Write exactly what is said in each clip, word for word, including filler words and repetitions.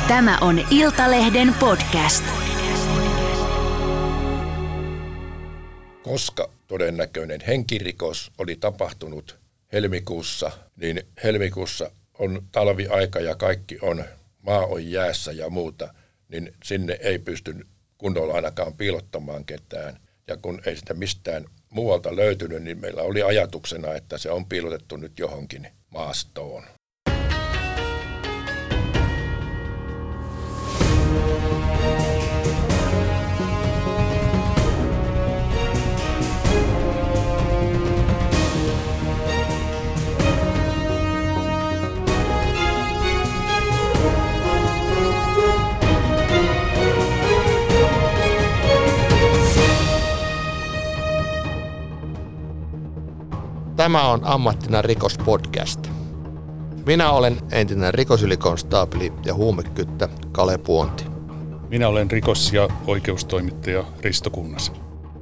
Tämä on Iltalehden podcast. Koska todennäköinen henkirikos oli tapahtunut helmikuussa, niin helmikuussa on talviaika ja kaikki on, maa on jäässä ja muuta, niin sinne ei pysty kunnolla ainakaan piilottamaan ketään. Ja kun ei sitä mistään muualta löytynyt, niin meillä oli ajatuksena, että se on piilotettu nyt johonkin maastoon. Tämä on Ammattina rikospodcast. Minä olen entinen rikosylikonstaapeli ja huumekyttä Kale Puonti. Minä olen rikos- ja oikeustoimittaja Risto Kunnas.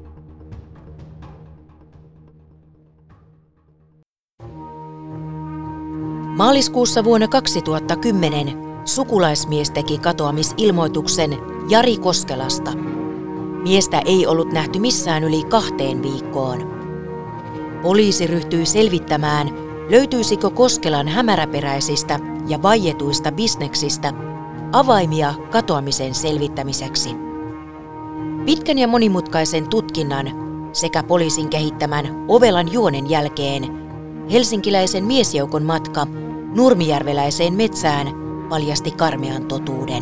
Maaliskuussa vuonna kaksituhattakymmenen sukulaismies teki katoamisilmoituksen Jari Koskelasta. Miestä ei ollut nähty missään yli kahteen viikkoon. Poliisi ryhtyi selvittämään, löytyisikö Koskelan hämäräperäisistä ja vaietuista bisneksistä avaimia katoamisen selvittämiseksi. Pitkän ja monimutkaisen tutkinnan sekä poliisin kehittämän ovelan juonen jälkeen helsinkiläisen miesjoukon matka nurmijärveläiseen metsään paljasti karmean totuuden.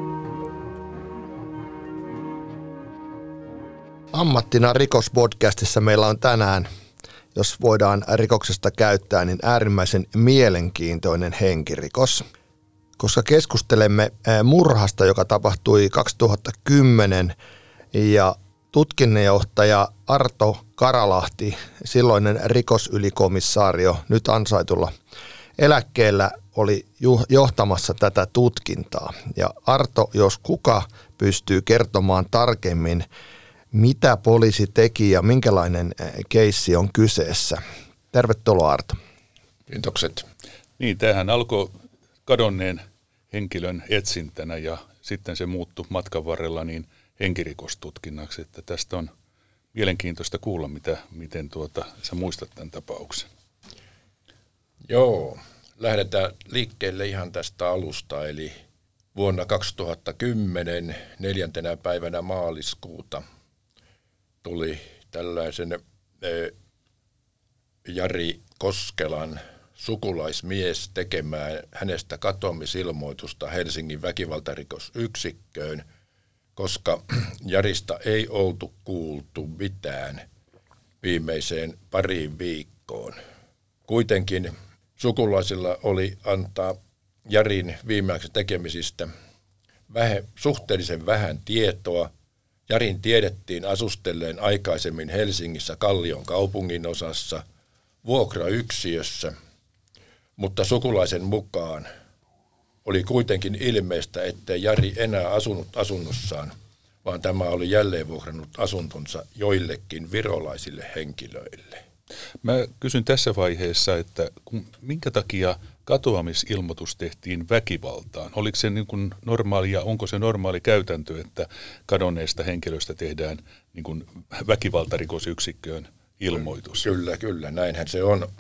Ammattina rikospodcastissa meillä on tänään, jos voidaan rikoksesta käyttää, niin äärimmäisen mielenkiintoinen henkirikos. Koska keskustelemme murhasta, joka tapahtui kaksituhattakymmenen, ja tutkinnanjohtaja Arto Karalahti, silloinen rikosylikomisaario, nyt ansaitulla eläkkeellä, oli johtamassa tätä tutkintaa. Ja Arto, jos kuka, pystyy kertomaan tarkemmin, mitä poliisi teki ja minkälainen keissi on kyseessä. Tervetuloa, Arto. Kiitokset. Niin, tämähän alkoi kadonneen henkilön etsintänä ja sitten se muuttui matkan varrella niin henkirikostutkinnaksi, että tästä on mielenkiintoista kuulla, mitä, miten tuota, sä muistat tämän tapauksen. Joo, lähdetään liikkeelle ihan tästä alusta, eli vuonna kaksituhattakymmenen neljäntenä päivänä maaliskuuta tuli tällaisen e, Jari Koskelan sukulaismies tekemään hänestä katoamisilmoitusta Helsingin väkivaltarikosyksikköön, koska Jarista ei oltu kuultu mitään viimeiseen pariin viikkoon. Kuitenkin sukulaisilla oli antaa Jarin viimeaikaisista tekemisistä vähe, suhteellisen vähän tietoa. Jarin tiedettiin asustelleen aikaisemmin Helsingissä Kallion kaupungin osassa vuokrayksiössä, mutta sukulaisen mukaan oli kuitenkin ilmeistä, ettei Jari enää asunut asunnossaan, vaan tämä oli jälleen vuokrannut asuntonsa joillekin virolaisille henkilöille. Mä kysyn tässä vaiheessa, että kun, minkä takia katoamisilmoitus tehtiin väkivaltaan? Oliko se niin kuin normaali ja onko se normaali käytäntö, että kadonneesta henkilöstä tehdään niin kuin väkivaltarikosyksikköön ilmoitus? Kyllä, kyllä. Näinhän se on.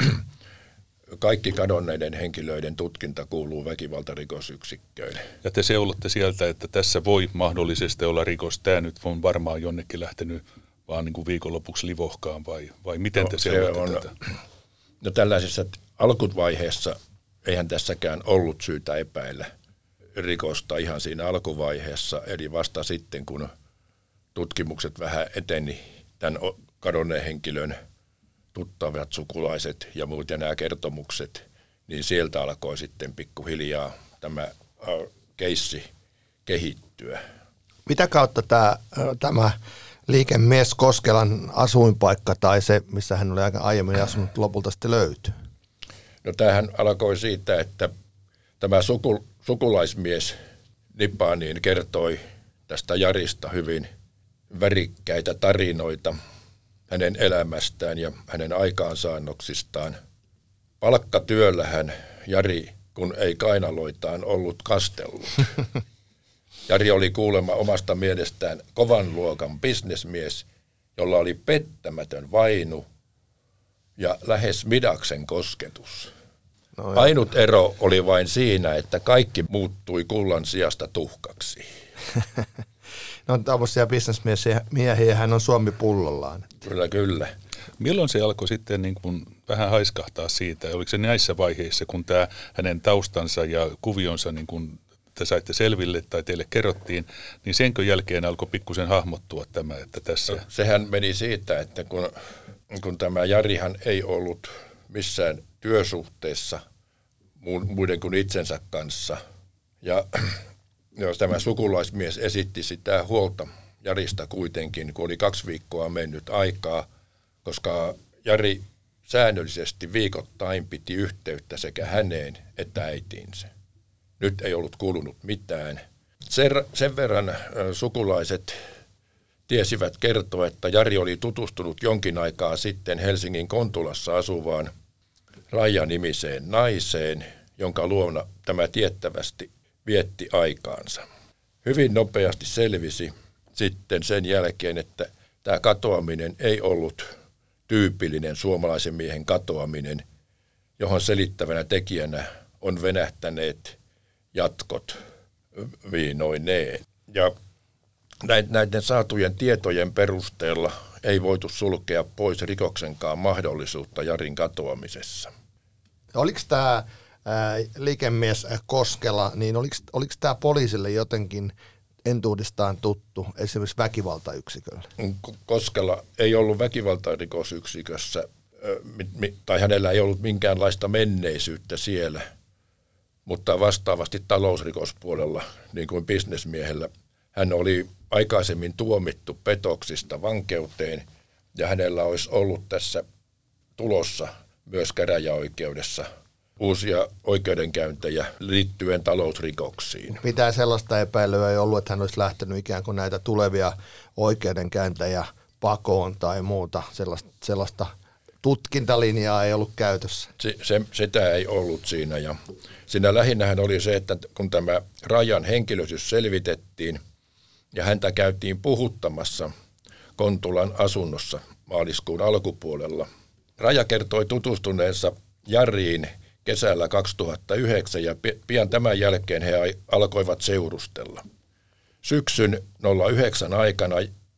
Kaikki kadonneiden henkilöiden tutkinta kuuluu väkivaltarikosyksikköön. Ja te seulotte sieltä, että tässä voi mahdollisesti olla rikos. Tämä nyt on varmaan jonnekin lähtenyt vaan niin kuin viikonlopuksi livohkaan vai, vai miten no, te seulotte on, tätä? No tällaisessa alkuvaiheessa eihän tässäkään ollut syytä epäillä rikosta ihan siinä alkuvaiheessa, eli vasta sitten kun tutkimukset vähän eteni tämän kadonneen henkilön tuttavat sukulaiset ja muut ja nämä kertomukset, niin sieltä alkoi sitten pikkuhiljaa tämä keissi kehittyä. Mitä kautta tämä, tämä liikemies Koskelan asuinpaikka tai se, missä hän oli aika aiemmin asunut, lopulta sitten löytyi? No tämähän alkoi siitä, että tämä suku, sukulaismies Nipaaniin kertoi tästä Jarista hyvin värikkäitä tarinoita hänen elämästään ja hänen aikaansaannoksistaan. Palkkatyöllähän Jari kun ei kainaloitaan ollut kastellut. Jari oli kuulemma omasta mielestään kovan luokan bisnesmies, jolla oli pettämätön vainu ja lähes midaksen kosketus. No, ainut ero oli vain siinä, että kaikki muuttui kullan sijasta tuhkaksi. No tämmöisiä bisnesmiehiä hän on Suomi pullollaan. Kyllä, kyllä. Milloin se alkoi sitten niin kuin vähän haiskahtaa siitä? Oliko se näissä vaiheissa, kun tämä hänen taustansa ja kuvionsa niin kuin te saitte selville tai teille kerrottiin, niin senkö jälkeen alkoi pikkusen hahmottua tämä, että tässä... No, sehän meni siitä, että kun, kun tämä Jarihan ei ollut missään työsuhteessa muiden kuin itsensä kanssa, ja jos tämä sukulaismies esitti sitä huolta Jarista kuitenkin, kun oli kaksi viikkoa mennyt aikaa, koska Jari säännöllisesti viikoittain piti yhteyttä sekä häneen että äitiinsä. Nyt ei ollut kuulunut mitään. Sen, sen verran sukulaiset tiesivät kertoa, että Jari oli tutustunut jonkin aikaa sitten Helsingin Kontulassa asuvaan Raija-nimiseen naiseen, jonka luona tämä tiettävästi vietti aikaansa. Hyvin nopeasti selvisi sitten sen jälkeen, että tämä katoaminen ei ollut tyypillinen suomalaisen miehen katoaminen, johon selittävänä tekijänä on venähtäneet jatkot viinoineen. Ja näiden saatujen tietojen perusteella ei voitu sulkea pois rikoksenkaan mahdollisuutta Jarin katoamisessa. Oliko tämä liikemies Koskela, niin oliko, oliko tämä poliisille jotenkin entuudestaan tuttu esimerkiksi väkivaltayksikölle? Koskela ei ollut väkivaltarikosyksikössä, tai hänellä ei ollut minkäänlaista menneisyyttä siellä, mutta vastaavasti talousrikospuolella, niin kuin bisnesmiehellä, hän oli aikaisemmin tuomittu petoksista vankeuteen, ja hänellä olisi ollut tässä tulossa myös käräjäoikeudessa uusia oikeudenkäyntejä liittyen talousrikoksiin. Mitään sellaista epäilyä ei ollut, että hän olisi lähtenyt ikään kuin näitä tulevia oikeudenkäyntejä pakoon tai muuta. Sellaista, sellaista tutkintalinjaa ei ollut käytössä. Se, se, sitä ei ollut siinä. Ja siinä lähinnähän oli se, että kun tämä Rajan henkilöllisyys selvitettiin ja häntä käytiin puhuttamassa Kontulan asunnossa maaliskuun alkupuolella. Raja kertoi tutustuneensa Jariin kesällä kaksituhattayhdeksän ja pian tämän jälkeen he alkoivat seurustella. Syksyn nolla yhdeksän aikana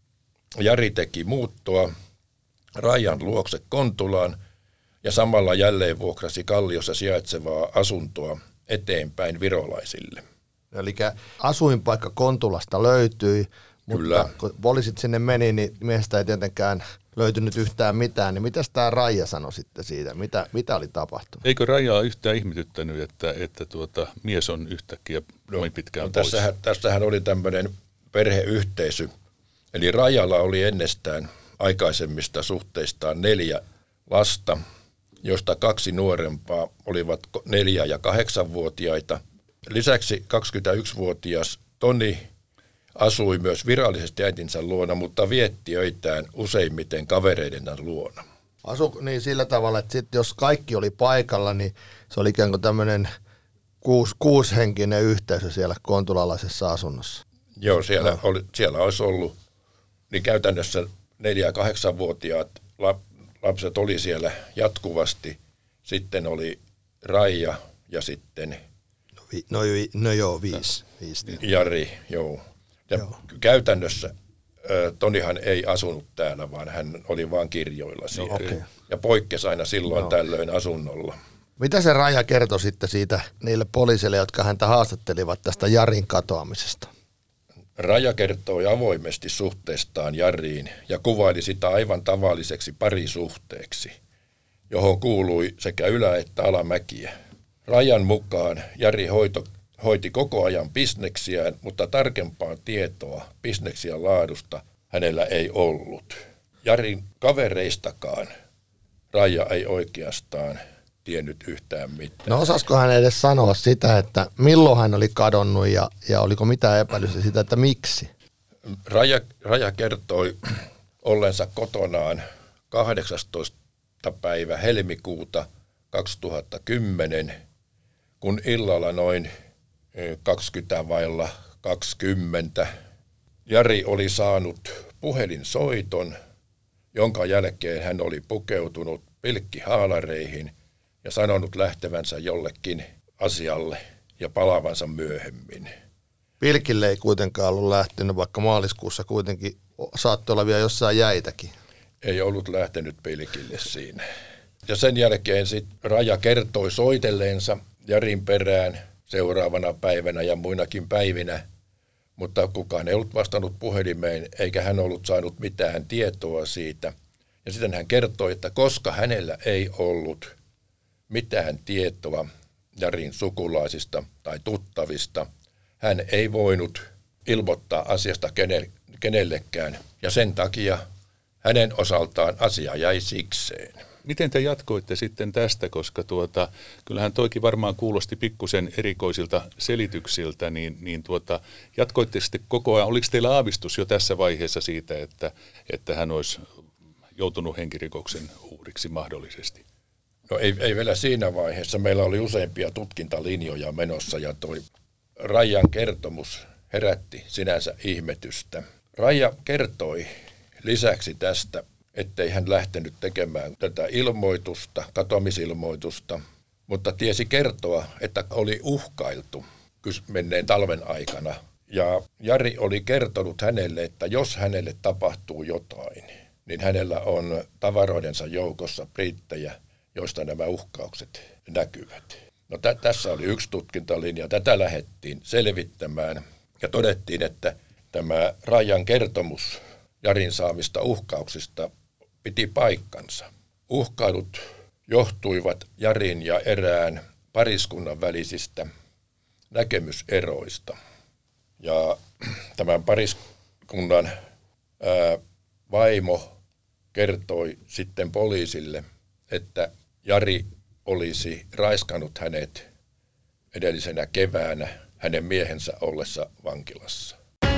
Jari teki muuttoa Rajan luokse Kontulaan ja samalla jälleen vuokrasi Kalliossa sijaitsevaa asuntoa eteenpäin virolaisille. Eli asuinpaikka Kontulasta löytyi, mutta Kyllä. kun poliisit sinne meni, niin miehestä ei tietenkään löytynyt yhtään mitään. Niin mitäs tämä Raija sanoi sitten siitä? Mitä, mitä oli tapahtunut? Eikö Raijaa yhtään ihmetyttänyt, että, että tuota, mies on yhtäkkiä noin pitkään no, pois? Tässähän, tässähän oli tämmöinen perheyhteisö. Eli Raijalla oli ennestään aikaisemmista suhteistaan neljä lasta, josta kaksi nuorempaa olivat neljä- ja kahdeksanvuotiaita. Lisäksi kaksikymmentäyksivuotias Toni asui myös virallisesti äitinsä luona, mutta vietti öitään useimmiten kavereidensa luona. Asu niin sillä tavalla, että sit jos kaikki oli paikalla, niin se oli ikään kuin tämmöinen kuus, kuushenkinen yhteisö siellä kontulalaisessa asunnossa. Joo, siellä, no. oli, siellä olisi ollut, niin käytännössä neljä- ja kahdeksanvuotiaat lapset oli siellä jatkuvasti. Sitten oli Raija ja sitten... No, vi, no, no joo, viisi. viisi Jari, joo. Ja joo. Käytännössä äh, Tonihan ei asunut täällä, vaan hän oli vain kirjoilla siellä. No, okay. Ja poikkesi aina silloin no. tällöin asunnolla. Mitä se Raija kertoi sitten siitä niille poliisille, jotka häntä haastattelivat tästä Jarin katoamisesta? Raija kertoi avoimesti suhteestaan Jariin ja kuvaili sitä aivan tavalliseksi parisuhteeksi, johon kuului sekä ylä- että alamäkiä. Rajan mukaan Jari hoito, hoiti koko ajan bisneksiään, mutta tarkempaa tietoa bisneksien laadusta hänellä ei ollut. Jarin kavereistakaan Raija ei oikeastaan tiennyt yhtään mitään. No osaisiko hän edes sanoa sitä, että milloin hän oli kadonnut ja, ja oliko mitään epäilystä sitä, että miksi? Raja, Raja kertoi ollensa kotonaan kahdeksastoista päivä helmikuuta kaksituhattakymmenen, kun illalla noin kaksikymmentä vailla kaksikymmentä Jari oli saanut puhelinsoiton, jonka jälkeen hän oli pukeutunut pilkkihaalareihin ja sanonut lähtevänsä jollekin asialle ja palaavansa myöhemmin. Pilkille ei kuitenkaan ollut lähtenyt, vaikka maaliskuussa kuitenkin saattoi olla vielä jossain jäitäkin. Ei ollut lähtenyt pilkille siinä. Ja sen jälkeen sitten Raija kertoi soitelleensa Jarin perään seuraavana päivänä ja muinakin päivinä, mutta kukaan ei ollut vastannut puhelimeen, eikä hän ollut saanut mitään tietoa siitä. Ja sitten hän kertoi, että koska hänellä ei ollut mitään tietoa Jarin sukulaisista tai tuttavista, hän ei voinut ilmoittaa asiasta kenellekään, ja sen takia hänen osaltaan asia jäi sikseen. Miten te jatkoitte sitten tästä, koska tuota, kyllähän toikin varmaan kuulosti pikkusen erikoisilta selityksiltä, niin, niin tuota, jatkoitte sitten koko ajan, oliko teillä aavistus jo tässä vaiheessa siitä, että, että hän olisi joutunut henkirikoksen uhriksi mahdollisesti? No ei, ei vielä siinä vaiheessa. Meillä oli useampia tutkintalinjoja menossa ja toi Raijan kertomus herätti sinänsä ihmetystä. Raija kertoi lisäksi tästä, ettei hän lähtenyt tekemään tätä ilmoitusta, katoamisilmoitusta, mutta tiesi kertoa, että oli uhkailtu menneen talven aikana. Ja Jari oli kertonut hänelle, että jos hänelle tapahtuu jotain, niin hänellä on tavaroidensa joukossa brittejä, joista nämä uhkaukset näkyvät. No tä- tässä oli yksi tutkintalinja. Tätä lähdettiin selvittämään ja todettiin, että tämä Raijan kertomus Jarin saamista uhkauksista piti paikkansa. Uhkailut johtuivat Jarin ja erään pariskunnan välisistä näkemyseroista. Ja tämän pariskunnan ää, vaimo kertoi sitten poliisille, että Jari olisi raiskannut hänet edellisenä keväänä hänen miehensä ollessa vankilassa.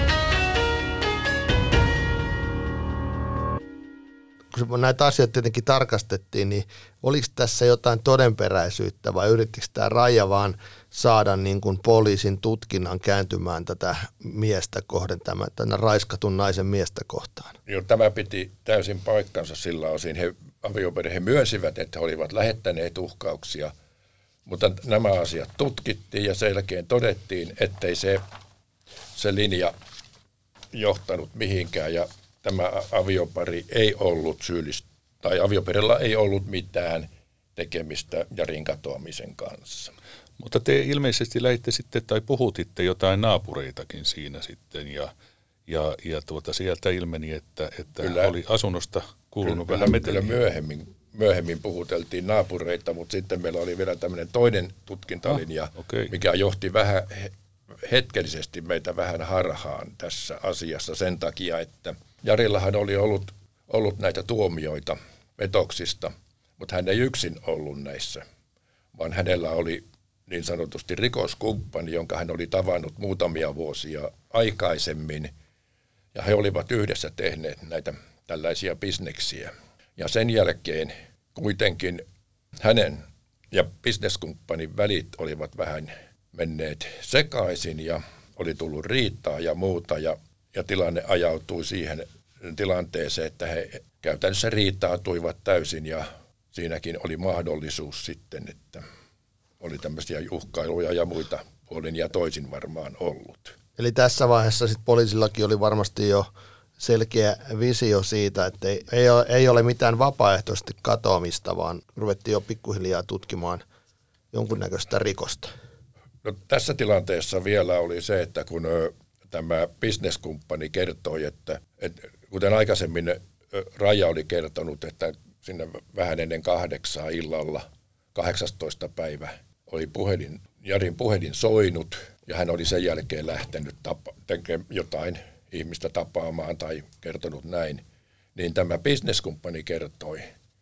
Kun näitä asioita tietenkin tarkastettiin, niin oliko tässä jotain todenperäisyyttä vai yrittikö tämä Raija vaan saada niin kuin poliisin tutkinnan kääntymään tätä miestä kohden, tämän, tämän raiskatun naisen miestä kohtaan? Jo, tämä piti täysin paikkansa sillä osin. He avioperhe myönsivät, että he olivat lähettäneet uhkauksia, mutta nämä asiat tutkittiin ja selkeän todettiin, ettei se, se linja johtanut mihinkään ja tämä aviopari ei ollut syyllistä, tai avioperillä ei ollut mitään tekemistä Jarin katoamisen kanssa. Mutta te ilmeisesti lähditte sitten, tai puhutitte jotain naapureitakin siinä sitten, ja, ja, ja tuota, sieltä ilmeni, että, että kyllä, oli asunnosta kuulunut kyllä, vähän meteliä. Kyllä myöhemmin, myöhemmin puhuteltiin naapureita, mutta sitten meillä oli vielä tämmöinen toinen tutkintalinja, ah, okay. mikä johti vähän hetkellisesti meitä vähän harhaan tässä asiassa sen takia, että Jarillahan oli ollut, ollut näitä tuomioita petoksista, mutta hän ei yksin ollut näissä, vaan hänellä oli niin sanotusti rikoskumppani, jonka hän oli tavannut muutamia vuosia aikaisemmin, ja he olivat yhdessä tehneet näitä tällaisia bisneksiä. Ja sen jälkeen kuitenkin hänen ja bisneskumppanin välit olivat vähän menneet sekaisin, ja oli tullut riitaa ja muuta, ja Ja tilanne ajautui siihen tilanteeseen, että he käytännössä riitautuivat täysin ja siinäkin oli mahdollisuus sitten, että oli tämmöisiä uhkailuja ja muita puolin ja toisin varmaan ollut. Eli tässä vaiheessa sitten poliisillakin oli varmasti jo selkeä visio siitä, että ei, ei, ole, ei ole mitään vapaaehtoisesti katoamista, vaan ruvettiin jo pikkuhiljaa tutkimaan jonkunnäköistä rikosta. No, tässä tilanteessa vielä oli se, että kun tämä bisneskumppani kertoi, että, että kuten aikaisemmin Raija oli kertonut, että sinne vähän ennen kahdeksaa illalla, kahdeksastoista päivä, oli puhelin, Jarin puhelin soinut ja hän oli sen jälkeen lähtenyt tapa, tekemään jotain ihmistä tapaamaan tai kertonut näin, niin tämä bisneskumppani kertoi,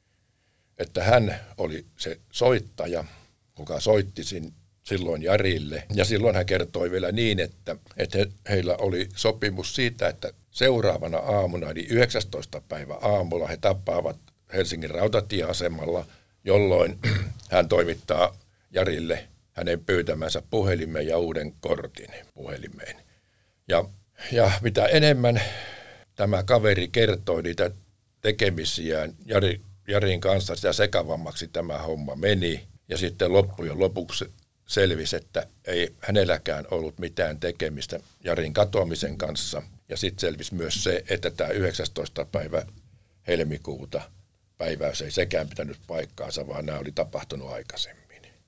että hän oli se soittaja, kuka soitti sin, silloin Jarille. Ja silloin hän kertoi vielä niin, että, että he, heillä oli sopimus siitä, että seuraavana aamuna, eli yhdeksästoista päivä aamulla, he tapaavat Helsingin rautatieasemalla, jolloin hän toimittaa Jarille hänen pyytämänsä puhelimen ja uuden kortin puhelimeen. Ja, ja mitä enemmän tämä kaveri kertoi niitä tekemisiään Jari, Jarin kanssa, sitä sekavammaksi tämä homma meni. Ja sitten loppujen lopuksi selvisi, että ei hänelläkään ollut mitään tekemistä Jarin katoamisen kanssa. Ja sitten selvisi myös se, että tämä yhdeksästoista päivä helmikuuta päiväys ei sekään pitänyt paikkaansa, vaan nämä oli tapahtunut aikaisemmin.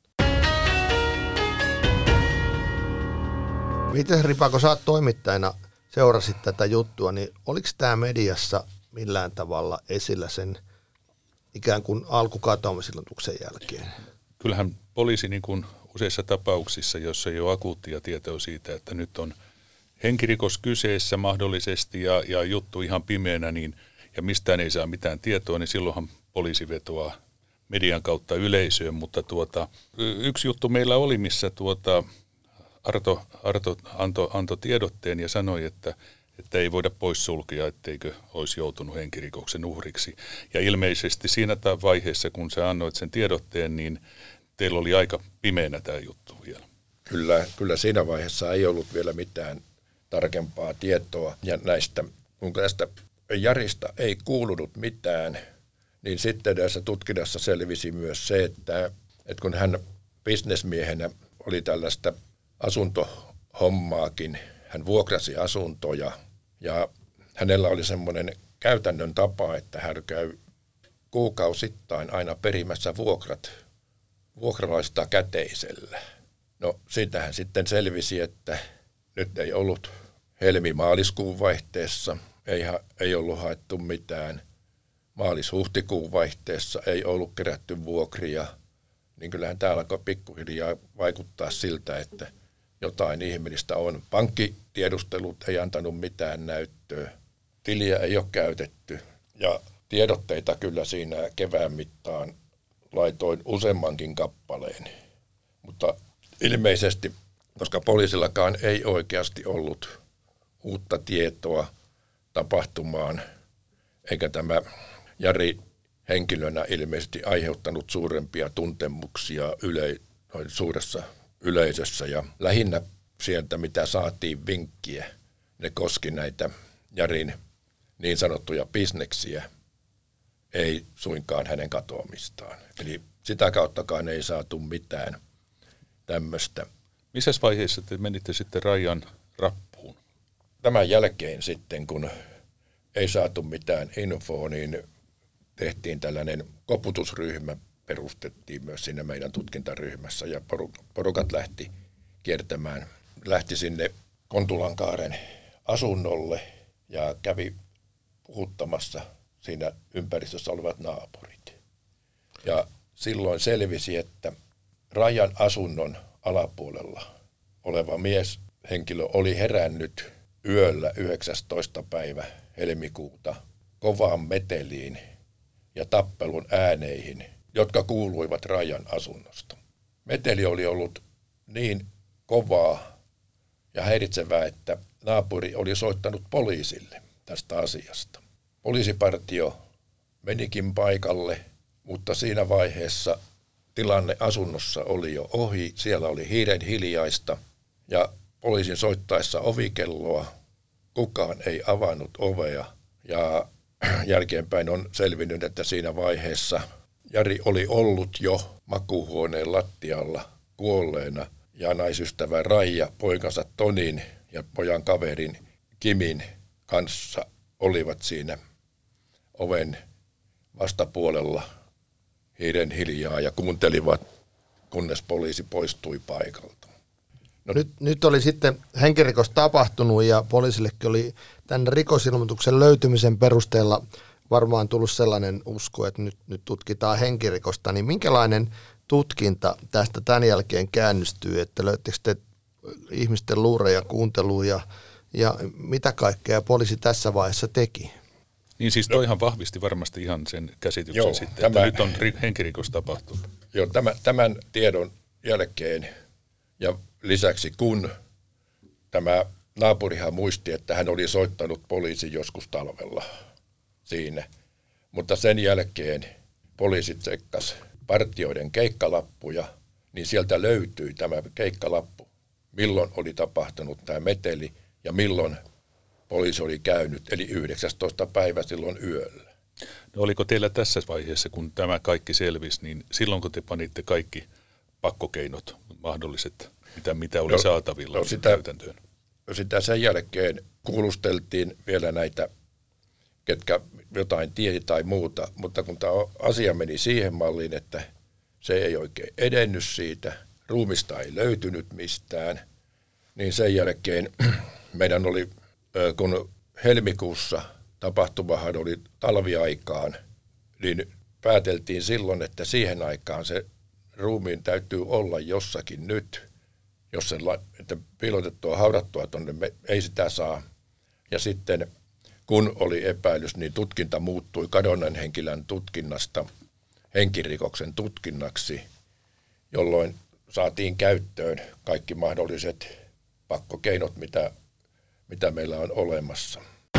Miten Ripa, kun sä oot toimittajana, seurasit tätä juttua, niin oliko tämä mediassa millään tavalla esillä sen ikään kuin alkukatoamisilmoituksen jälkeen? Kyllähän poliisi niin kuin useissa tapauksissa, jossa ei ole akuuttia tietoa siitä, että nyt on henkirikos kyseessä mahdollisesti ja, ja juttu ihan pimeänä, niin, ja mistään ei saa mitään tietoa, niin silloinhan poliisi vetoaa median kautta yleisöön. Mutta tuota, yksi juttu meillä oli, missä tuota, Arto, Arto antoi anto tiedotteen ja sanoi, että, että ei voida poissulkea, etteikö olisi joutunut henkirikoksen uhriksi. Ja ilmeisesti siinä vaiheessa, kun sä annoit sen tiedotteen, niin teillä oli aika pimeänä tämä juttu vielä. Kyllä, kyllä siinä vaiheessa ei ollut vielä mitään tarkempaa tietoa. Ja näistä, kun tästä Jarista ei kuulunut mitään, niin sitten tässä tutkinnassa selvisi myös se, että, että kun hän bisnesmiehenä oli tällaista asuntohommaakin, hän vuokrasi asuntoja ja hänellä oli semmoinen käytännön tapa, että hän käy kuukausittain aina perimässä vuokrat vuokralaista käteisellä. No siitähän sitten selvisi, että nyt ei ollut helmi-maaliskuun vaihteessa, ei, ei ollut haettu mitään. Maalis-huhtikuun vaihteessa ei ollut kerätty vuokria, niin kyllähän täällä alkoi pikkuhiljaa vaikuttaa siltä, että jotain ihmeellistä on. Pankkitiedustelut ei antanut mitään näyttöä, tiliä ei ole käytetty ja tiedotteita kyllä siinä kevään mittaan laitoin useammankin kappaleen, mutta ilmeisesti, koska poliisillakaan ei oikeasti ollut uutta tietoa tapahtumaan, eikä tämä Jari henkilönä ilmeisesti aiheuttanut suurempia tuntemuksia yle, suuressa yleisössä. Ja lähinnä sieltä, mitä saatiin vinkkiä, ne koski näitä Jarin niin sanottuja bisneksiä, ei suinkaan hänen katoamistaan. Eli sitä kauttakaan ei saatu mitään tämmöistä. Missä vaiheessa te menitte sitten Rajan rappuun? Tämän jälkeen sitten, kun ei saatu mitään infoa, niin tehtiin tällainen koputusryhmä, perustettiin myös siinä meidän tutkintaryhmässä ja porukat lähti kiertämään. Lähti sinne Kontulankaaren asunnolle ja kävi puhuttamassa siinä ympäristössä olevat naapurit. Ja silloin selvisi, että Rajan asunnon alapuolella oleva mieshenkilö oli herännyt yöllä yhdeksästoista päivä helmikuuta kovaan meteliin ja tappelun ääneihin, jotka kuuluivat Rajan asunnosta. Meteli oli ollut niin kovaa ja häiritsevää, että naapuri oli soittanut poliisille tästä asiasta. Poliisipartio menikin paikalle, mutta siinä vaiheessa tilanne asunnossa oli jo ohi. Siellä oli hiiren hiljaista ja poliisin soittaessa ovikelloa kukaan ei avannut ovea. Ja jälkeenpäin on selvinnyt, että siinä vaiheessa Jari oli ollut jo makuuhuoneen lattialla kuolleena ja naisystävä Raija poikansa Tonin ja pojan kaverin Kimin kanssa olivat siinä oven vastapuolella hiiren hiljaa ja kuuntelivat, kunnes poliisi poistui paikalta. No, nyt, nyt oli sitten henkirikos tapahtunut ja poliisillekin oli tämän rikosilmoituksen löytymisen perusteella varmaan tullut sellainen usko, että nyt, nyt tutkitaan henkirikosta. Niin minkälainen tutkinta tästä tämän jälkeen käynnistyy, että löyttekö te ihmisten luureja kuunteluun ja, ja mitä kaikkea poliisi tässä vaiheessa teki? Niin siis toihan vahvisti varmasti ihan sen käsityksen Joo, sitten, tämä, että nyt on henkirikos tapahtunut. Joo, tämän, tämän tiedon jälkeen ja lisäksi kun tämä naapurihan muisti, että hän oli soittanut poliisin joskus talvella siinä, mutta sen jälkeen poliisit tsekkas partioiden keikkalappuja niin sieltä löytyi tämä keikkalappu, milloin oli tapahtunut tämä meteli ja milloin poliisi oli käynyt, eli yhdeksästoista päivä silloin yöllä. No oliko teillä tässä vaiheessa, kun tämä kaikki selvisi, niin silloin kun te panitte kaikki pakkokeinot mahdolliset, mitä, mitä oli no, saatavilla no sitä, käytäntöön? Sitä sen jälkeen kuulusteltiin vielä näitä, ketkä jotain tiesi tai muuta, mutta kun tämä asia meni siihen malliin, että se ei oikein edennyt siitä, ruumista ei löytynyt mistään, niin sen jälkeen meidän oli, kun helmikuussa tapahtumahan oli talviaikaan, niin pääteltiin silloin, että siihen aikaan se ruumiin täytyy olla jossakin nyt, jos sen, että piilotettua haudattua tuonne me ei sitä saa. Ja sitten kun oli epäilys, niin tutkinta muuttui kadonneen henkilön tutkinnasta henkirikoksen tutkinnaksi, jolloin saatiin käyttöön kaikki mahdolliset pakkokeinot, mitä, mitä meillä on olemassa.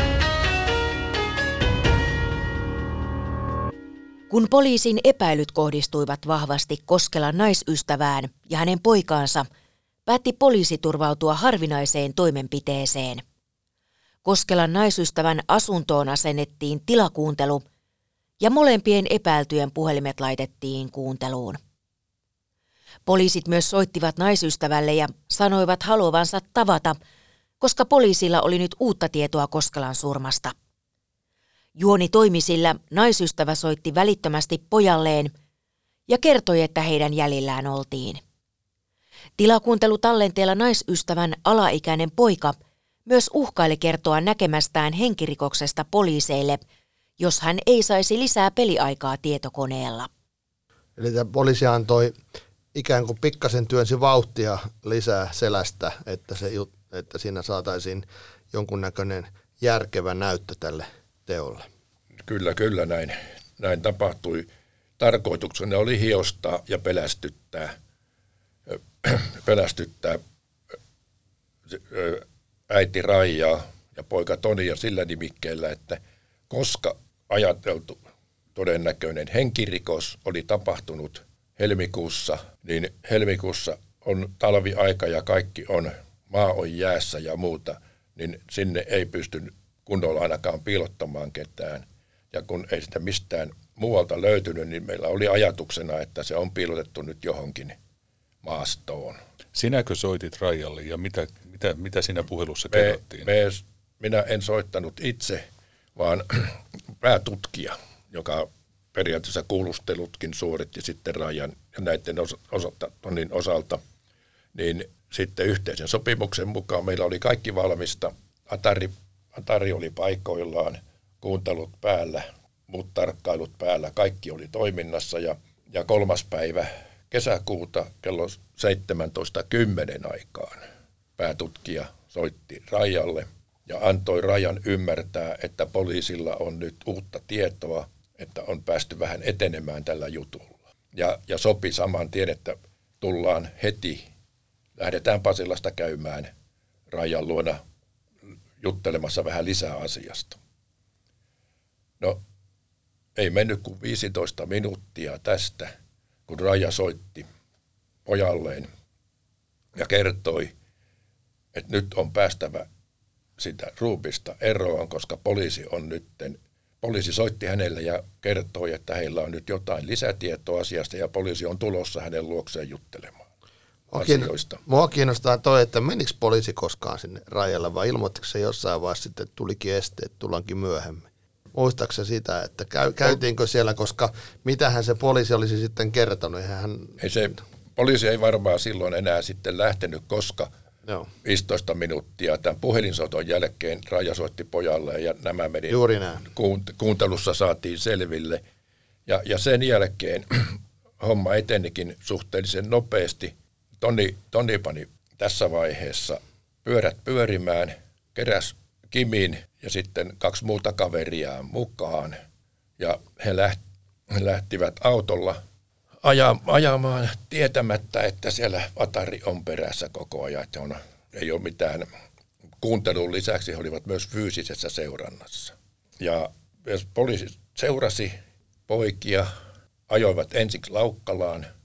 Kun poliisin epäilyt kohdistuivat vahvasti Koskelan naisystävään ja hänen poikaansa, päätti poliisi turvautua harvinaiseen toimenpiteeseen. Koskelan naisystävän asuntoon asennettiin tilakuuntelu ja molempien epäiltyjen puhelimet laitettiin kuunteluun. Poliisit myös soittivat naisystävälle ja sanoivat haluavansa tavata, koska poliisilla oli nyt uutta tietoa Koskelan surmasta. Juoni toimi, sillä naisystävä soitti välittömästi pojalleen ja kertoi, että heidän jäljillään oltiin. Tilakuuntelutallenteella naisystävän alaikäinen poika myös uhkaili kertoa näkemästään henkirikoksesta poliiseille, jos hän ei saisi lisää peliaikaa tietokoneella. Eli tämä poliisi antoi ikään kuin pikkasen työnsi vauhtia lisää selästä, että, se, että siinä saataisiin jonkunnäköinen järkevä näyttö tälle teolle. Kyllä, kyllä näin, näin tapahtui. Tarkoituksena oli hiostaa ja pelästyttää, pelästyttää äiti Raijaa ja poika Tonia sillä nimikkeellä, että koska ajateltu todennäköinen henkirikos oli tapahtunut helmikuussa, niin helmikuussa on talviaika ja kaikki on, maa on jäässä ja muuta, niin sinne ei pysty kunnolla ainakaan piilottamaan ketään. Ja kun ei sitä mistään muualta löytynyt, niin meillä oli ajatuksena, että se on piilotettu nyt johonkin maastoon. Sinäkö soitit Raijalle ja mitä, mitä, mitä siinä puhelussa me, kerrottiin? Me, minä en soittanut itse, vaan päätutkija, joka periaatteessa kuulustelutkin suoritti sitten Raijan ja näiden osalta, tonnin osalta, niin sitten yhteisen sopimuksen mukaan meillä oli kaikki valmista. Atari, Atari oli paikoillaan, kuuntelut päällä, muut tarkkailut päällä, kaikki oli toiminnassa ja, ja kolmas päivä kesäkuuta kello seitsemäntoista kymmenen aikaan päätutkija soitti Raijalle ja antoi Rajan ymmärtää, että poliisilla on nyt uutta tietoa, että on päästy vähän etenemään tällä jutulla. Ja, ja sopi saman tien, että tullaan heti, lähdetään Pasilasta käymään Rajan luona juttelemassa vähän lisää asiasta. No, ei mennyt kuin viisitoista minuuttia tästä, kun Raija soitti pojalleen ja kertoi, että nyt on päästävä sitä ruumista eroon, koska poliisi on nytten, poliisi soitti hänelle ja kertoi, että heillä on nyt jotain lisätietoa asiasta ja poliisi on tulossa hänen luokseen juttelemaan asioista. Mua kiinnostaa toi, että menikö poliisi koskaan sinne Raijalle vai ilmoittiko se jossain vaiheessa sitten, että tulikin esteet, tullaankin myöhemmin? Muistaaksä sitä, että käy, käytiinkö siellä, koska mitähän se poliisi olisi sitten kertonut? Hän... Ei se, poliisi ei varmaan silloin enää sitten lähtenyt, koska Joo. viisitoista minuuttia tämän puhelinsoiton jälkeen Raija soitti pojalle ja nämä meni Juuri näin. Kuuntelussa saatiin selville. Ja, ja sen jälkeen homma etenikin suhteellisen nopeasti. Toni, Toni pani tässä vaiheessa pyörät pyörimään, keräs Kimin ja sitten kaksi muuta kaveriaan mukaan. Ja he lähtivät autolla ajamaan tietämättä, että siellä Atari on perässä koko ajan. Että on, ei ole mitään. Kuuntelun lisäksi he olivat myös fyysisessä seurannassa. Ja poliisi seurasi poikia, ajoivat ensiksi Laukkalaan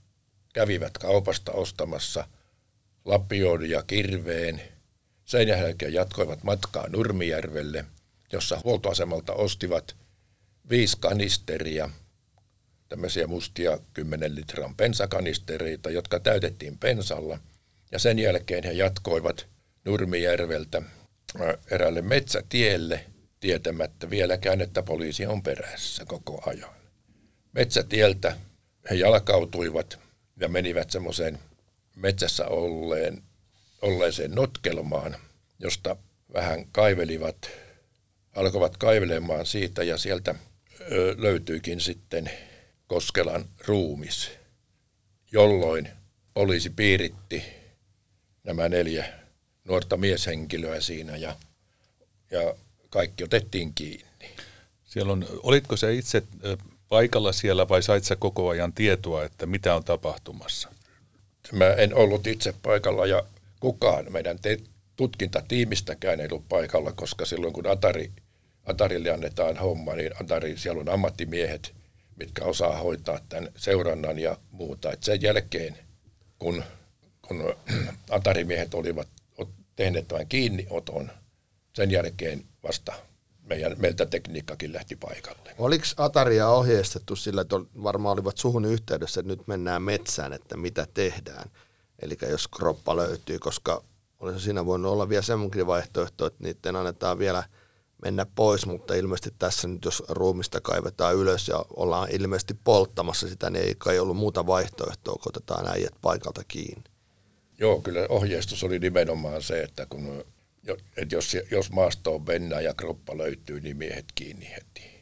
kävivät kaupasta ostamassa lapion ja kirveen. Sen jälkeen jatkoivat matkaa Nurmijärvelle, jossa huoltoasemalta ostivat viisi kanisteria, tämmöisiä mustia kymmenen litran bensakanistereita, jotka täytettiin bensalla. Ja sen jälkeen he jatkoivat Nurmijärveltä eräälle metsätielle, tietämättä vieläkään, että poliisi on perässä koko ajan. Metsätieltä he jalkautuivat ja menivät semmoiseen metsässä olleen, olleeseen notkelmaan, josta vähän kaivelivat, alkoivat kaivelemaan siitä ja sieltä ö, löytyikin sitten Koskelan ruumis, jolloin poliisi piiritti nämä neljä nuorta mieshenkilöä siinä ja, ja kaikki otettiin kiinni. Siellä on, olitko sä itse paikalla siellä vai sait sä koko ajan tietoa, että mitä on tapahtumassa? Mä en ollut itse paikalla ja kukaan meidän te- tutkintatiimistäkään ei ollut paikalla, koska silloin kun Atari, Atarille annetaan homma, niin Atari, siellä on ammattimiehet, mitkä osaa hoitaa tämän seurannan ja muuta. Et sen jälkeen, kun, kun Atarimiehet olivat tehneet tämän kiinnioton, sen jälkeen vasta meidän, meiltä tekniikkakin lähti paikalle. Oliko Ataria ohjeistettu sillä, että varmaan olivat suhun yhteydessä, että nyt mennään metsään, että mitä tehdään? Eli jos kroppa löytyy, koska olisi siinä voinut olla vielä semmoinen vaihtoehto, että niiden annetaan vielä mennä pois, mutta ilmeisesti tässä nyt, jos ruumista kaivetaan ylös ja ollaan ilmeisesti polttamassa sitä, niin ei kai ollut muuta vaihtoehtoa, kun otetaan äijät paikalta kiinni. Joo, kyllä ohjeistus oli nimenomaan se, että, kun, että jos, jos maastoon mennään ja kroppa löytyy, niin miehet kiinni heti.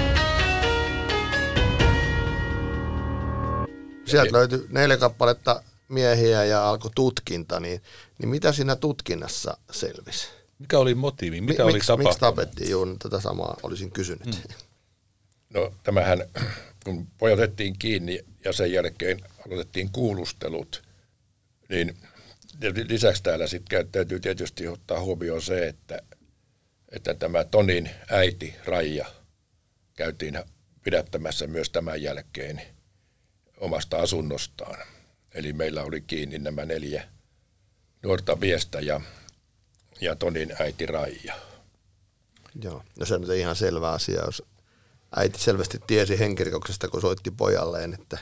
Sieltä löytyi neljä kappaletta miehiä ja alkoi tutkinta, niin, niin mitä siinä tutkinnassa selvisi? Mikä oli motiivi? Mitä Mi- oli miksi, tapahtunut? miksi tapettiin? Juuri tätä samaa olisin kysynyt. Hmm. No tämähän, kun pojat otettiin kiinni ja sen jälkeen aloitettiin kuulustelut, niin lisäksi täällä sitten täytyy tietysti ottaa huomioon se, että, että tämä Tonin äiti Raija käytiin pidättämässä myös tämän jälkeen omasta asunnostaan. Eli meillä oli kiinni nämä neljä nuorta miestä ja, ja Tonin äiti Raija. Joo, no se on nyt ihan selvä asia, jos äiti selvästi tiesi henkirikoksesta, kun soitti pojalleen, että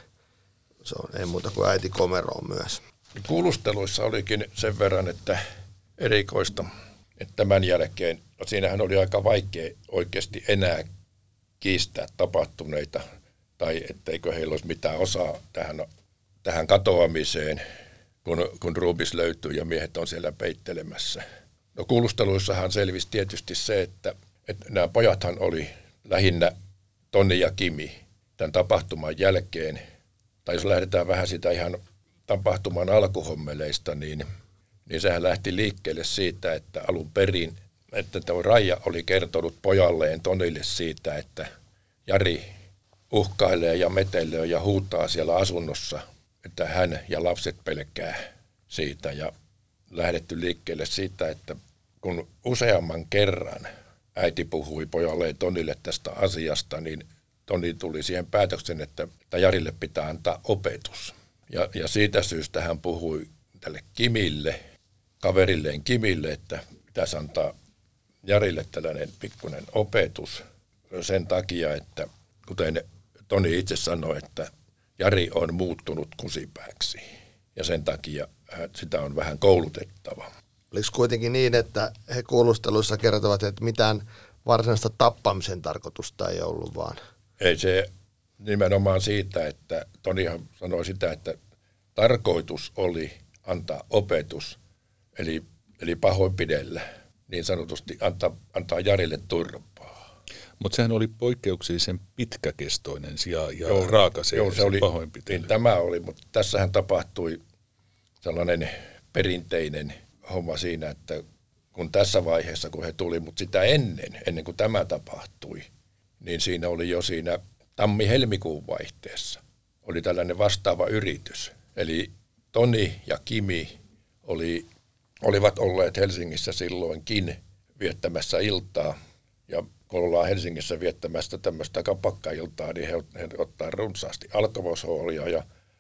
se on ei muuta kuin äiti komeroon myös. Kuulusteluissa olikin sen verran, että erikoista, että tämän jälkeen, no siinähän oli aika vaikea oikeasti enää kiistää tapahtuneita, tai etteikö heillä olisi mitään osaa tähän, tähän katoamiseen, kun, kun ruumis löytyy ja miehet on siellä peittelemässä. No kuulusteluissahan selvisi tietysti se, että, että nämä pojathan oli lähinnä Tonni ja Kimi tämän tapahtuman jälkeen, tai jos lähdetään vähän sitä ihan tapahtuman alkuhommeleista, niin, niin sehän lähti liikkeelle siitä, että alun perin, että tuo Raija oli kertonut pojalleen Tonille siitä, että Jari uhkailee ja metelee ja huutaa siellä asunnossa, että hän ja lapset pelkää siitä. Ja lähdetty liikkeelle siitä, että kun useamman kerran äiti puhui pojalleen Tonille tästä asiasta, niin Toni tuli siihen päätöksen, että, että Jarille pitää antaa opetus. Ja, ja siitä syystä hän puhui tälle Kimille, kaverilleen Kimille, että pitäisi antaa Jarille tällainen pikkuinen opetus sen takia, että kuten Toni itse sanoi, että Jari on muuttunut kusipääksi ja sen takia sitä on vähän koulutettava. Oliko kuitenkin niin, että he kuulusteluissa kertovat, että mitään varsinaista tappamisen tarkoitusta ei ollut vaan? Ei se nimenomaan siitä, että Tonihan sanoi sitä, että tarkoitus oli antaa opetus, eli, eli pahoinpidellä, niin sanotusti antaa, antaa Jarille turpaa. Mutta sehän oli poikkeuksellisen pitkäkestoinen ja, ja joo, raaka se, joo, se, se oli, pahoinpitely. Niin tämä oli, mutta tässähän tapahtui sellainen perinteinen homma siinä, että kun tässä vaiheessa, kun he tuli, mutta sitä ennen, ennen kuin tämä tapahtui, niin siinä oli jo siinä tammi-helmikuun vaihteessa, oli tällainen vastaava yritys. Eli Toni ja Kimi oli, olivat olleet Helsingissä silloinkin viettämässä iltaa, ja kun ollaan Helsingissä viettämässä tämmöistä kapakkailtaa, niin he, he ottaa runsaasti alkoholia ja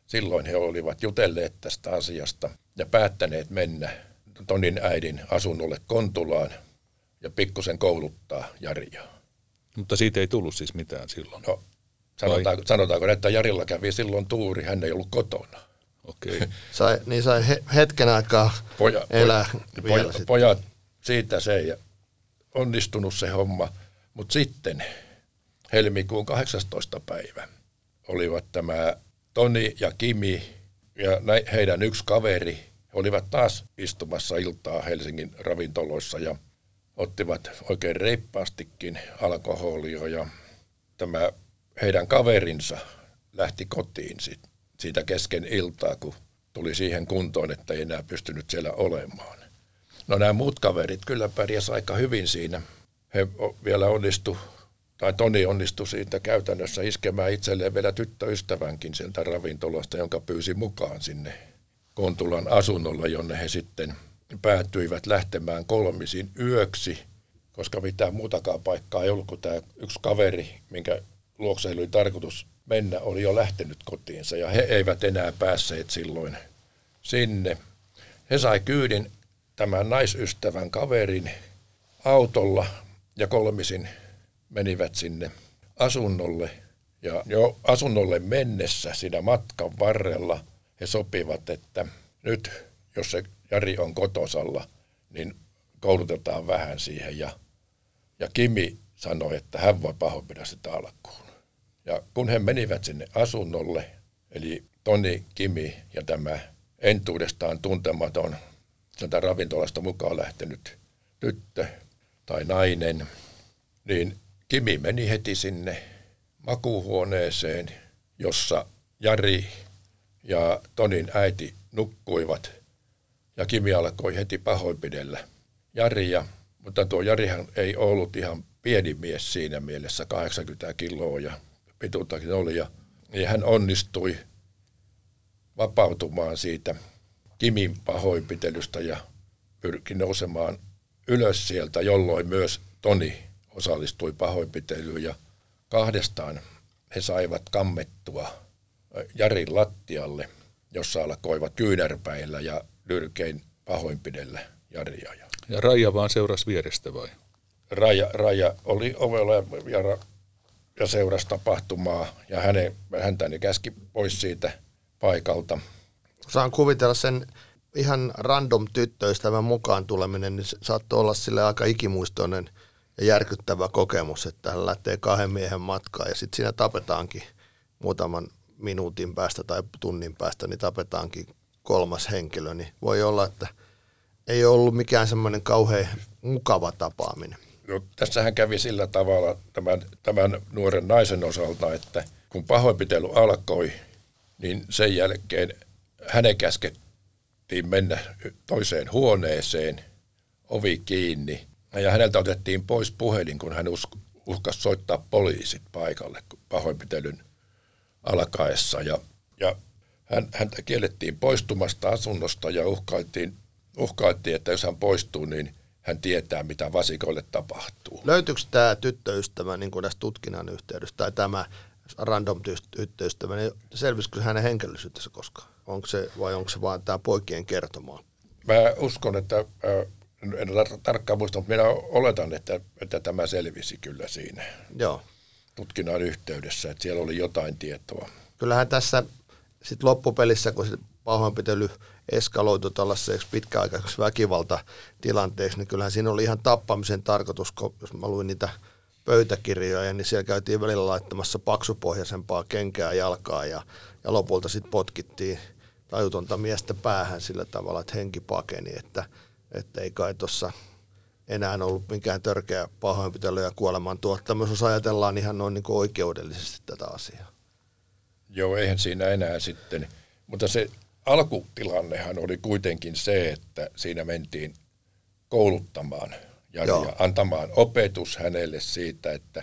silloin he olivat jutelleet tästä asiasta ja päättäneet mennä Tonin äidin asunnolle Kontulaan ja pikkusen kouluttaa Jaria. Mutta siitä ei tullut siis mitään silloin? No, sanotaanko, sanotaanko, että Jarilla kävi silloin tuuri, hän ei ollut kotona. Okei. Sai, niin sai he, hetken aikaa Poja, elää poja, vielä poja, Pojat, siitä se ei onnistunut se homma, mutta sitten helmikuun kahdeksastoista päivä olivat tämä Toni ja Kimi ja heidän yksi kaveri. He olivat taas istumassa iltaa Helsingin ravintoloissa ja ottivat oikein reippaastikin alkoholia ja tämä heidän kaverinsa lähti kotiin siitä kesken iltaa, kun tuli siihen kuntoon, että ei enää pystynyt siellä olemaan. No nämä muut kaverit kyllä pärjäs aika hyvin siinä. He vielä onnistu, tai Toni onnistui siitä käytännössä iskemään itselleen vielä tyttöystävänkin sieltä ravintolasta, jonka pyysi mukaan sinne Kontulan asunnolla, jonne he sitten päätyivät lähtemään kolmisin yöksi, koska mitään muutakaan paikkaa ei ollut, kun tämä yksi kaveri, minkä luokse oli tarkoitus mennä, oli jo lähtenyt kotiinsa ja he eivät enää päässeet silloin sinne. He sai kyydin tämän naisystävän kaverin autolla ja kolmisin menivät sinne asunnolle ja jo asunnolle mennessä siinä matkan varrella he sopivat, että nyt jos se Jari on kotosalla, niin koulutetaan vähän siihen ja, ja Kimi sanoi, että hän voi pahoinpidä sitä alkuun. Ja kun he menivät sinne asunnolle, eli Toni, Kimi ja tämä entuudestaan tuntematon sieltä ravintolasta mukaan lähtenyt tyttö tai nainen, niin Kimi meni heti sinne makuuhuoneeseen, jossa Jari ja Tonin äiti nukkuivat. Ja Kimi alkoi heti pahoinpidellä Jaria, mutta tuo Jarihan ei ollut ihan pieni mies siinä mielessä, kahdeksankymmentä kiloa ja pituuttakin oli. Ja hän onnistui vapautumaan siitä Kimin pahoinpitelystä ja pyrki nousemaan ylös sieltä, jolloin myös Toni osallistui pahoinpitelyyn ja kahdestaan he saivat kammettua Jarin lattialle, jossa alkoivat kyynärpäillä ja nyrkein pahoinpidellä Jaria. Ja Raija vaan seurasi vierestä vai? Raija, Raija oli ovella ja, ja seurasi tapahtumaa ja hänen, häntä ne käski pois siitä paikalta. Saan kuvitella sen ihan random tyttöystävän mukaan tuleminen, niin saattoi olla sille aika ikimuistoinen ja järkyttävä kokemus, että hän lähtee kahden miehen matkaan ja sitten siinä tapetaankin muutaman minuutin päästä tai tunnin päästä, niin tapetaankin kolmas henkilö, niin voi olla, että ei ollut mikään semmoinen kauhean mukava tapaaminen. No, tässähän kävi sillä tavalla tämän, tämän nuoren naisen osalta, että kun pahoinpitely alkoi, niin sen jälkeen hänen käskettiin mennä toiseen huoneeseen, ovi kiinni, ja häneltä otettiin pois puhelin, kun hän uhkasi soittaa poliisit paikalle pahoinpitelyn alkaessa. Ja, ja hän, häntä kiellettiin poistumasta asunnosta ja uhkailtiin, uhkailtiin, että jos hän poistuu, niin hän tietää, mitä vasikoille tapahtuu. Löytyykö tämä tyttöystävä niin kuin tässä tutkinnan yhteydessä, tai tämä random tyttöystävä, niin selvisikö hänen henkilöllisyytensä koskaan? Onko se, vai onko se vaan tämä poikien kertomaa? Mä uskon, että, en tarkkaan muista, mutta minä oletan, että, että tämä selvisi kyllä siinä. Joo. Tutkinnan yhteydessä, että siellä oli jotain tietoa. Kyllähän tässä sitten loppupelissä, kun se pahoinpitely eskaloitui tällaiseksi pitkäaikaiseksi väkivaltatilanteeksi, niin kyllähän siinä oli ihan tappamisen tarkoitus, jos mä luin niitä pöytäkirjoja, niin siellä käytiin välillä laittamassa paksupohjaisempaa kenkää jalkaa ja, ja lopulta sitten potkittiin tajutonta miestä päähän sillä tavalla, että henki pakeni, että, että ei kai tuossa enää ollut mikään törkeä pahoinpitely ja kuolemantuottamus, jos ajatellaan ihan noin niin kuin oikeudellisesti tätä asiaa. Joo, eihän siinä enää sitten, mutta se alkutilannehan oli kuitenkin se, että siinä mentiin kouluttamaan Jaria, antamaan opetus hänelle siitä, että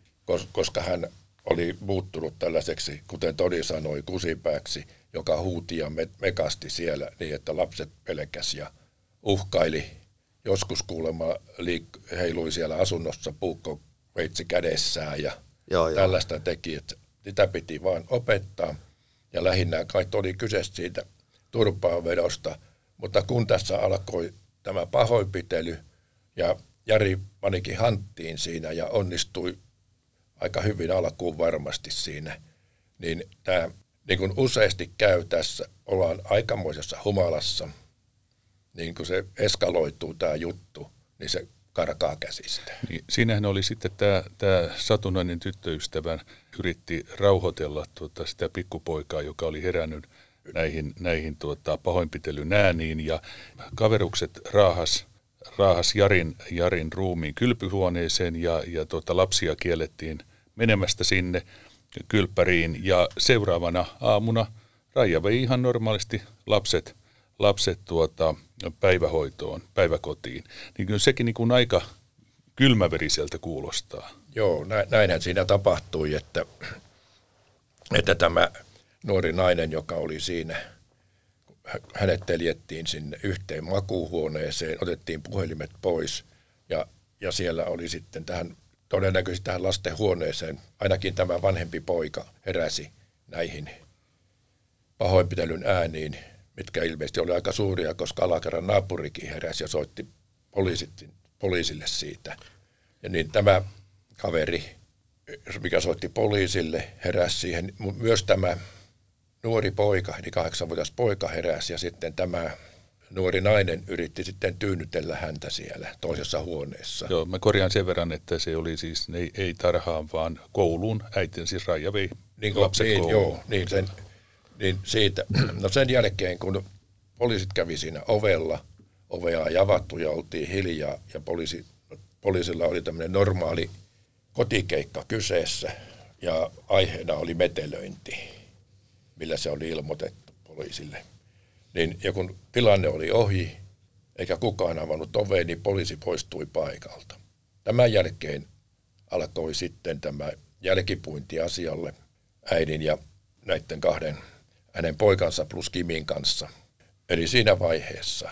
koska hän oli muuttunut tällaiseksi, kuten Toni sanoi, kusipääksi, joka huuti ja mekasti siellä niin, että lapset pelkäs ja uhkaili. Joskus kuulemma liik- heilui siellä asunnossa puukkoveitsi kädessään ja joo, tällaista joo. teki, että sitä piti vaan opettaa. Ja lähinnä kai oli kyse siitä turpaanvedosta, mutta kun tässä alkoi tämä pahoinpitely ja Jari panikin hanttiin siinä ja onnistui aika hyvin alkuun varmasti siinä, niin tämä niin kuin useasti käy tässä, ollaan aikamoisessa humalassa, niin kun se eskaloituu tämä juttu, niin se karkaa käsistä. Niin, siinähän oli sitten tämä, tämä satunnainen tyttöystävä yritti rauhoitella tuota sitä pikkupoikaa, joka oli herännyt näihin, näihin tuota pahoinpitelyn ääniin, ja kaverukset raahas, raahas Jarin, Jarin ruumiin kylpyhuoneeseen, ja, ja tuota lapsia kiellettiin menemästä sinne kylppäriin, ja seuraavana aamuna Raija vei ihan normaalisti lapset, lapset tuota, päivähoitoon, päiväkotiin. Niin kyllä sekin niin kuin aika kylmäveriseltä kuulostaa. Joo, näinhän siinä tapahtui, että, että tämä nuori nainen, joka oli siinä, hänet teljettiin sinne yhteen makuuhuoneeseen, otettiin puhelimet pois ja, ja siellä oli sitten tähän, todennäköisesti tähän lastenhuoneeseen, ainakin tämä vanhempi poika heräsi näihin pahoinpitelyn ääniin, mitkä ilmeisesti oli aika suuria, koska alakerran naapurikin heräsi ja soitti poliisit, poliisille siitä. Ja niin tämä kaveri, mikä soitti poliisille, heräsi siihen. Myös tämä nuori poika, eli kahdeksanvuotias poika heräsi, ja sitten tämä nuori nainen yritti sitten tyynnytellä häntä siellä toisessa huoneessa. Joo, mä korjaan sen verran, että se oli siis ei, ei tarhaan, vaan kouluun. Äiti, siis Raija vei niin, lapset niin, kouluun. Joo, niin, sen, niin siitä. No sen jälkeen, kun poliisit kävi siinä ovella, ovea ei avattu ja oltiin hiljaa, ja poliisi, poliisilla oli tämmöinen normaali kotikeikka kyseessä, ja aiheena oli metelöinti, millä se oli ilmoitettu poliisille. Niin, ja kun tilanne oli ohi, eikä kukaan avannut ovea, niin poliisi poistui paikalta. Tämän jälkeen alkoi sitten tämä jälkipuinti asialle äidin ja näiden kahden hänen poikansa plus Kimin kanssa. Eli siinä vaiheessa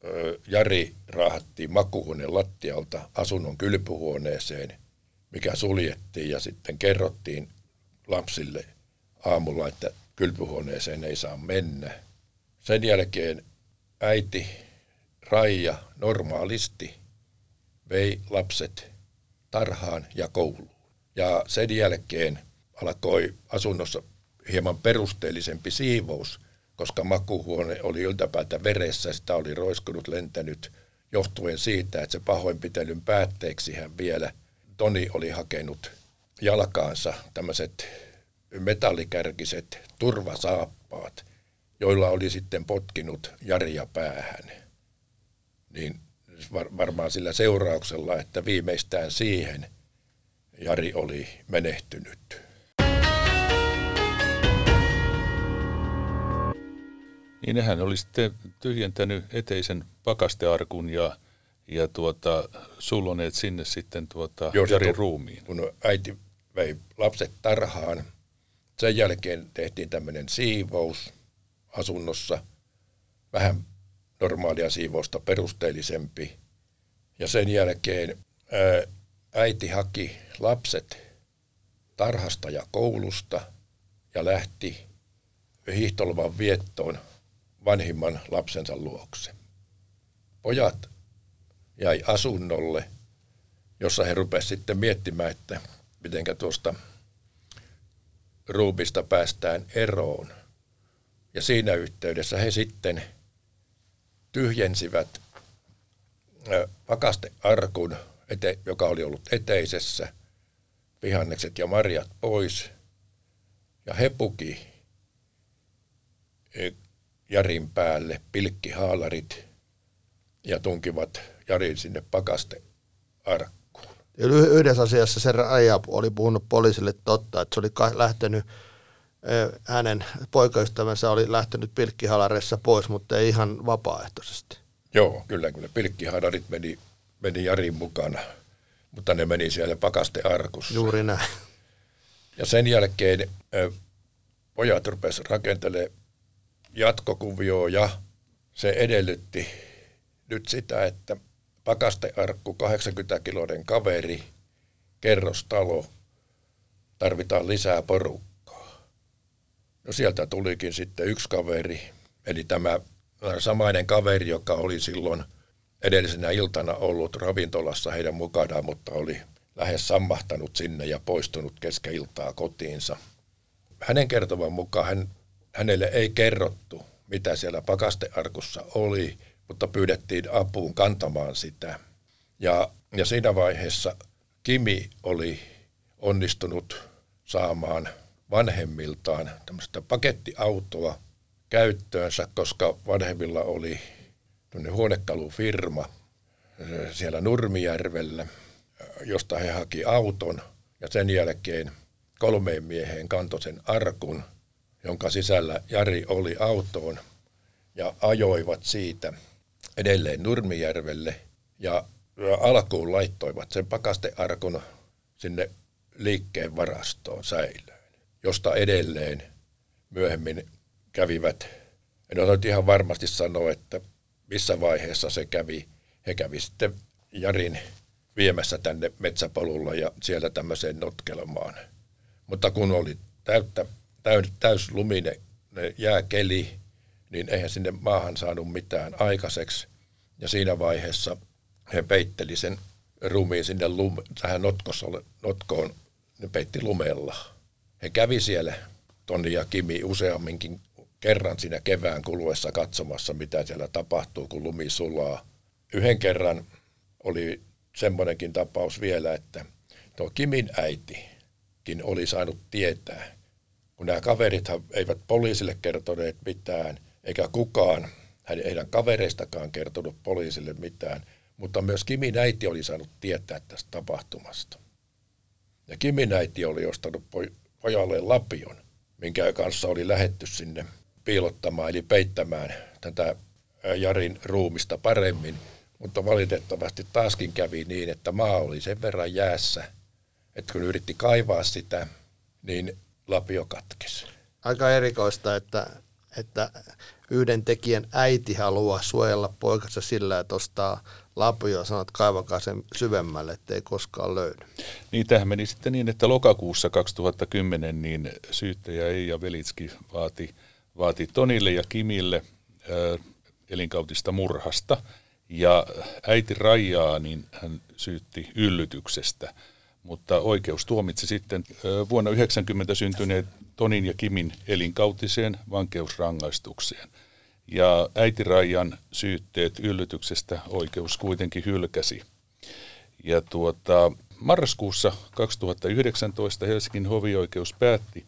Jari raahattiin makuuhuoneen lattialta asunnon kylpyhuoneeseen, mikä suljettiin, ja sitten kerrottiin lapsille aamulla, että kylpyhuoneeseen ei saa mennä. Sen jälkeen äiti Raija normaalisti vei lapset tarhaan ja kouluun. Ja sen jälkeen alkoi asunnossa hieman perusteellisempi siivous, koska makuuhuone oli yltäpäältä veressä, sitä oli roiskunut, lentänyt, johtuen siitä, että se pahoinpitelyn päätteeksi hän vielä Toni oli hakenut jalkaansa tämmöiset metallikärkiset turvasaappaat, joilla oli sitten potkinut Jaria päähän. Niin varmaan sillä seurauksella, että viimeistään siihen Jari oli menehtynyt. Niin nehän oli sitten tyhjentänyt eteisen pakastearkun ja, ja tuota, sulloneet sinne sitten tuota Jarin ruumiin. Kun äiti vei lapset tarhaan, sen jälkeen tehtiin tämmöinen siivous asunnossa, vähän normaalia siivousta perusteellisempi. Ja sen jälkeen ää, äiti haki lapset tarhasta ja koulusta ja lähti hiihtoloman viettoon vanhimman lapsensa luokse. Pojat jäi asunnolle, jossa he rupesivat sitten miettimään, että mitenkä tuosta ruumista päästään eroon. Ja siinä yhteydessä he sitten tyhjensivät pakastearkun, joka oli ollut eteisessä, vihannekset ja marjat pois, ja he puki Jarin päälle pilkkihaalarit ja tunkivat Jarin sinne pakastearkkuun. Yhdessä asiassa se Raija oli puhunut poliisille totta, että se oli lähtenyt, hänen poikaystävänsä oli lähtenyt pilkkihalareissa pois, mutta ei ihan vapaaehtoisesti. Joo, kyllä, kyllä. Pilkkihalarit meni, meni Jarin mukana, mutta ne meni siellä pakastearkussa. Juuri näin. Ja sen jälkeen pojat rupesivat rakentelemaan jatkokuvioon, ja se edellytti nyt sitä, että pakastearkku, kahdeksankymmentä kiloinen kaveri, kerrostalo, tarvitaan lisää porukkaa. No sieltä tulikin sitten yksi kaveri, eli tämä samainen kaveri, joka oli silloin edellisenä iltana ollut ravintolassa heidän mukanaan, mutta oli lähes sammahtanut sinne ja poistunut kesken iltaa kotiinsa. Hänen kertovan mukaan hän, hänelle ei kerrottu, mitä siellä pakastearkussa oli, mutta pyydettiin apuun kantamaan sitä. Ja, ja siinä vaiheessa Kimi oli onnistunut saamaan vanhemmiltaan tämmöistä pakettiautoa käyttöönsä, koska vanhemmilla oli huonekalufirma siellä Nurmijärvellä, josta he haki auton ja sen jälkeen kolmeen mieheen kantoi sen arkun, jonka sisällä Jari oli autoon ja ajoivat siitä edelleen Nurmijärvelle ja alkuun laittoivat sen pakastearkun sinne liikkeen varastoon säilöön, josta edelleen myöhemmin kävivät, en ole nyt ihan varmasti sanoa, että missä vaiheessa se kävi, he kävi sitten Jarin viemässä tänne metsäpolulla ja siellä tämmöiseen notkelemaan. Mutta kun oli täyttä, täys, täysluminen jääkeli, niin eihän sinne maahan saanut mitään aikaiseksi. Ja siinä vaiheessa he peitteli sen ruumiin sinne lume, tähän notkoon, ne peitti lumella. He kävi siellä, Toni ja Kimi, useamminkin kerran siinä kevään kuluessa katsomassa, mitä siellä tapahtuu, kun lumi sulaa. Yhden kerran oli semmoinenkin tapaus vielä, että tuo Kimin äitikin oli saanut tietää, kun nämä kaverithan eivät poliisille kertoneet mitään, eikä kukaan heidän kavereistakaan kertonut poliisille mitään, mutta myös Kimin äiti oli saanut tietää tästä tapahtumasta. Ja Kimin äiti oli ostanut pojalle lapion, minkä kanssa oli lähetty sinne piilottamaan eli peittämään tätä Jarin ruumista paremmin, mutta valitettavasti taaskin kävi niin, että maa oli sen verran jäässä, että kun yritti kaivaa sitä, niin lapio katkesi. Aika erikoista, että, että yhden tekijän äiti haluaa suojella poikansa sillä, että ostaa lapio ja sanoo, että kaivakaa sen syvemmälle, ettei koskaan löydy. Niin, tämähän meni sitten niin, että lokakuussa kaksituhattakymmenen niin syyttäjä Eija Velitski vaati, vaati Tonille ja Kimille äh, elinkautista murhasta. Ja äiti Raijaa niin hän syytti yllytyksestä, mutta oikeus tuomitsi sitten äh, vuonna yhdeksänkymmentä syntyneet Tonin ja Kimin elinkautiseen vankeusrangaistukseen. Ja äiti Raijan syytteet yllytyksestä oikeus kuitenkin hylkäsi. Ja tuota, marraskuussa kaksituhattayhdeksäntoista Helsingin hovioikeus päätti,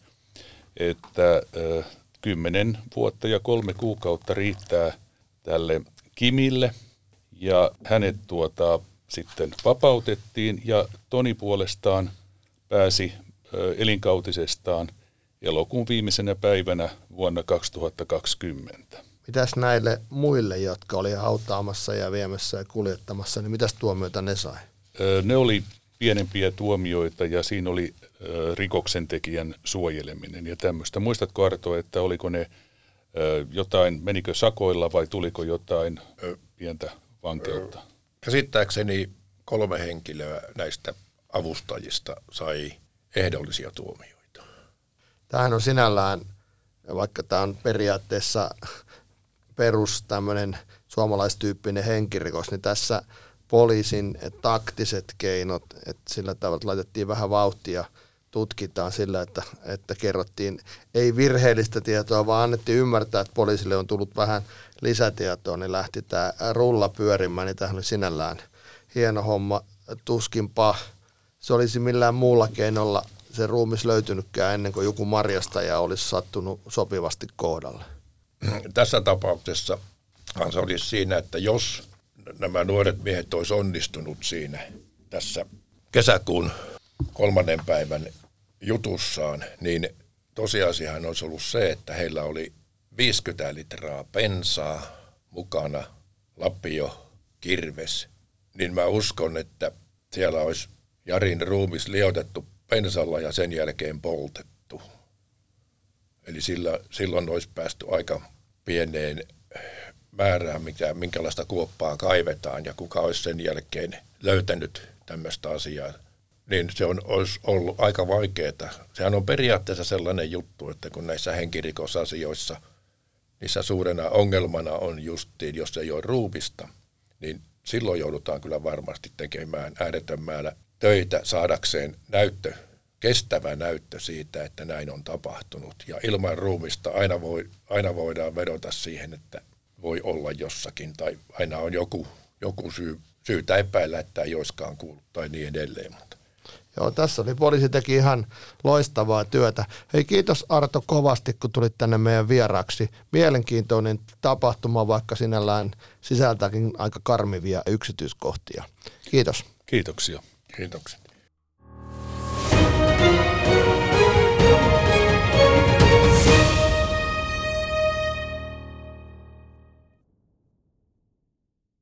että kymmenen vuotta ja kolme kuukautta riittää tälle Kimille. Ja hänet tuota, sitten vapautettiin ja Toni puolestaan pääsi ö, elinkautisestaan elokuun viimeisenä päivänä vuonna kaksituhattakaksikymmentä. Mitäs näille muille, jotka oli hautaamassa ja viemässä ja kuljettamassa, niin mitäs tuomioita ne sai? Ö, ne oli pienempiä tuomioita ja siinä oli ö, rikoksentekijän suojeleminen ja tämmöistä. Muistatko, Arto, että oliko ne ö, jotain, menikö sakoilla vai tuliko jotain ö, pientä vankeutta? Käsittääkseni kolme henkilöä näistä avustajista sai ehdollisia tuomioita. Tämähän on sinällään, vaikka tämä on periaatteessa perus tämmöinen suomalaistyyppinen henkirikos, niin tässä poliisin taktiset keinot, että sillä tavalla laitettiin vähän vauhtia, tutkitaan sillä, että, että kerrottiin ei virheellistä tietoa, vaan annettiin ymmärtää, että poliisille on tullut vähän lisätietoa, niin lähti tämä rulla pyörimään, niin tämähän oli sinällään hieno homma, tuskinpa se olisi millään muulla keinolla se ruumis löytynytkään ennen kuin joku marjastaja olisi sattunut sopivasti kohdalle. Tässä tapauksessa se olisi siinä, että jos nämä nuoret miehet olisi onnistunut siinä tässä kesäkuun kolmannen päivän jutussaan, niin tosiasiahan olisi ollut se, että heillä oli viisikymmentä litraa bensaa mukana, lapio, kirves, niin mä uskon, että siellä olisi Jarin ruumis liotettu bensalla ja sen jälkeen poltettu. Eli sillä, silloin olisi päästy aika pieneen määrään, mikä, minkälaista kuoppaa kaivetaan ja kuka olisi sen jälkeen löytänyt tämmöistä asiaa. niin se on, olisi ollut aika vaikeaa. Sehän on periaatteessa sellainen juttu, että kun näissä henkirikosasioissa, niissä suurena ongelmana on justiin, jos ei ole ruumista, niin silloin joudutaan kyllä varmasti tekemään ääretön määrä töitä saadakseen näyttö, kestävä näyttö siitä, että näin on tapahtunut. Ja ilman ruumista aina, voi, aina voidaan vedota siihen, että voi olla jossakin tai aina on joku, joku syy, syytä epäillä, että ei olisikaan kuullut tai niin edelleen. Joo, tässä oli poliisi teki ihan loistavaa työtä. Hei, kiitos Arto kovasti, kun tulit tänne meidän vieraaksi. Mielenkiintoinen tapahtuma, vaikka sinällään sisältääkin aika karmivia yksityiskohtia. Kiitos. Kiitoksia. Kiitokset.